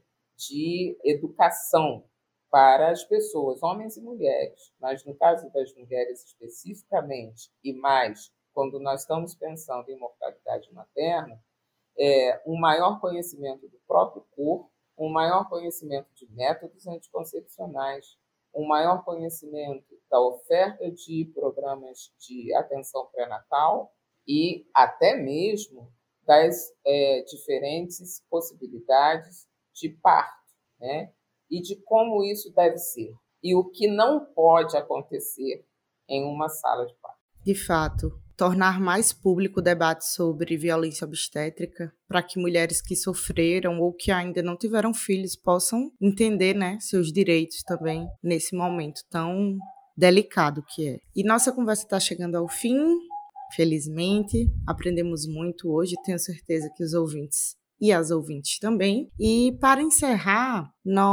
de educação para as pessoas, homens e mulheres, mas no caso das mulheres especificamente, e mais quando nós estamos pensando em mortalidade materna, é um maior conhecimento do próprio corpo, um maior conhecimento de métodos anticoncepcionais, um maior conhecimento da oferta de programas de atenção pré-natal e até mesmo das é, diferentes possibilidades de parto, né? e de como isso deve ser e o que não pode acontecer em uma sala de parto. De fato, tornar mais público o debate sobre violência obstétrica para que mulheres que sofreram ou que ainda não tiveram filhos possam entender, né, seus direitos também nesse momento tão delicado que é. E nossa conversa está chegando ao fim, felizmente. Aprendemos muito hoje, tenho certeza que os ouvintes e as ouvintes também. E para encerrar,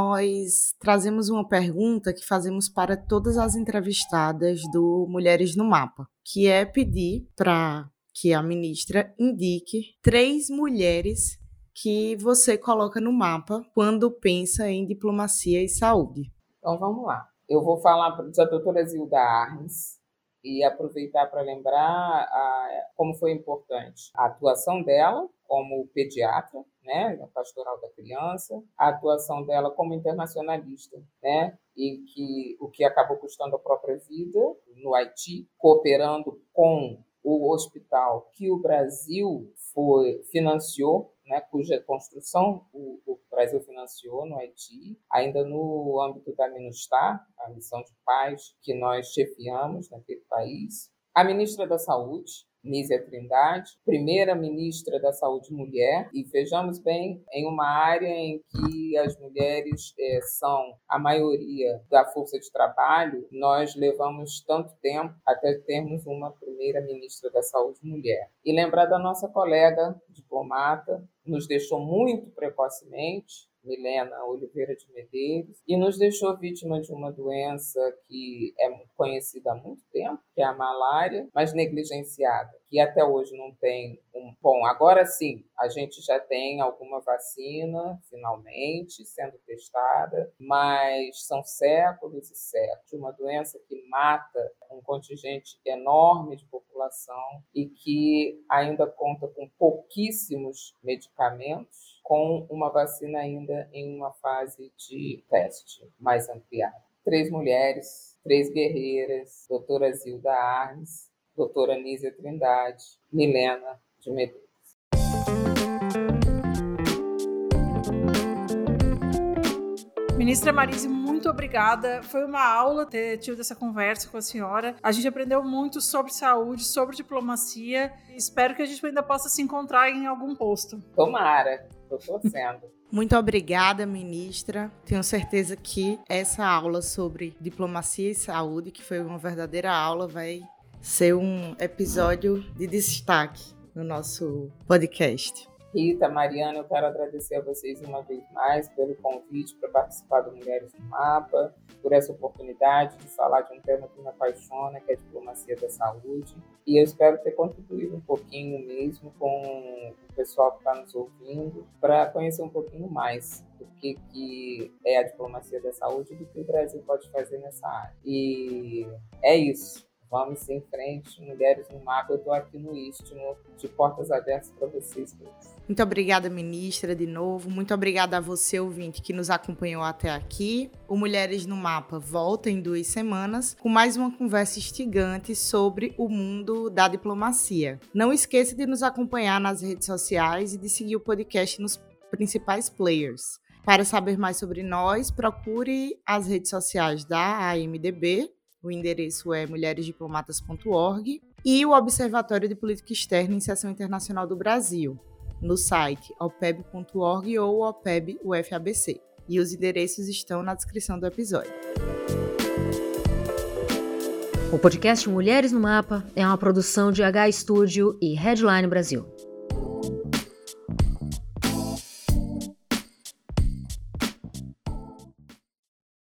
nós trazemos uma pergunta que fazemos para todas as entrevistadas do Mulheres no Mapa, que é pedir para que a ministra indique três mulheres que você coloca no mapa quando pensa em diplomacia e saúde. Então vamos lá. Eu vou falar da doutora Zilda Arnes e aproveitar para lembrar a, como foi importante a atuação dela como pediatra, né, na pastoral da criança, a atuação dela como internacionalista, né, e que o que acabou custando a própria vida no Haiti, cooperando com o hospital que o Brasil foi, financiou, né, cuja construção o, o Brasil financiou no Haiti, ainda no âmbito da MINUSTAH, a missão de paz que nós chefiamos naquele país. A ministra da Saúde, Nízia Trindade, primeira ministra da Saúde mulher, e vejamos bem, em uma área em que as mulheres é, são a maioria da força de trabalho, nós levamos tanto tempo até termos uma primeira ministra da Saúde mulher. E lembrar da nossa colega diplomata, nos deixou muito precocemente, Milena Oliveira de Medeiros, e nos deixou vítima de uma doença que é conhecida há muito tempo, que é a malária, mas negligenciada, que até hoje não tem um... Bom, agora sim, a gente já tem alguma vacina, finalmente, sendo testada, mas são séculos e séculos de uma doença que mata um contingente enorme de população e que ainda conta com pouquíssimos medicamentos, com uma vacina ainda em uma fase de teste mais ampliada. Três mulheres, três guerreiras, doutora Zilda Arnes, doutora Nízia Trindade, Milena de Medeiros. Ministra Marise, muito obrigada. Foi uma aula ter tido essa conversa com a senhora. A gente aprendeu muito sobre saúde, sobre diplomacia. Espero que a gente ainda possa se encontrar em algum posto. Tomara, estou torcendo. Muito obrigada, ministra. Tenho certeza que essa aula sobre diplomacia e saúde, que foi uma verdadeira aula, vai ser um episódio de destaque no nosso podcast. Rita, Mariana, eu quero agradecer a vocês uma vez mais pelo convite para participar do Mulheres no Mapa, por essa oportunidade de falar de um tema que me apaixona, que é a diplomacia da saúde. E eu espero ter contribuído um pouquinho mesmo com o pessoal que está nos ouvindo para conhecer um pouquinho mais do que, que é a diplomacia da saúde e do que o Brasil pode fazer nessa área. E é isso. Vamos em frente, Mulheres no Mapa. Eu estou aqui no Istmo, de portas abertas para vocês todos. Muito obrigada, ministra, de novo. Muito obrigada a você, ouvinte, que nos acompanhou até aqui. O Mulheres no Mapa volta em duas semanas com mais uma conversa instigante sobre o mundo da diplomacia. Não esqueça de nos acompanhar nas redes sociais e de seguir o podcast nos principais players. Para saber mais sobre nós, procure as redes sociais da A M D B. O endereço é mulheres diplomatas ponto org e o Observatório de Política Externa e Inserção Internacional do Brasil, no site o p e b ponto org ou o p e b U F A B C. E os endereços estão na descrição do episódio. O podcast Mulheres no Mapa é uma produção de H Studio e Headline Brasil.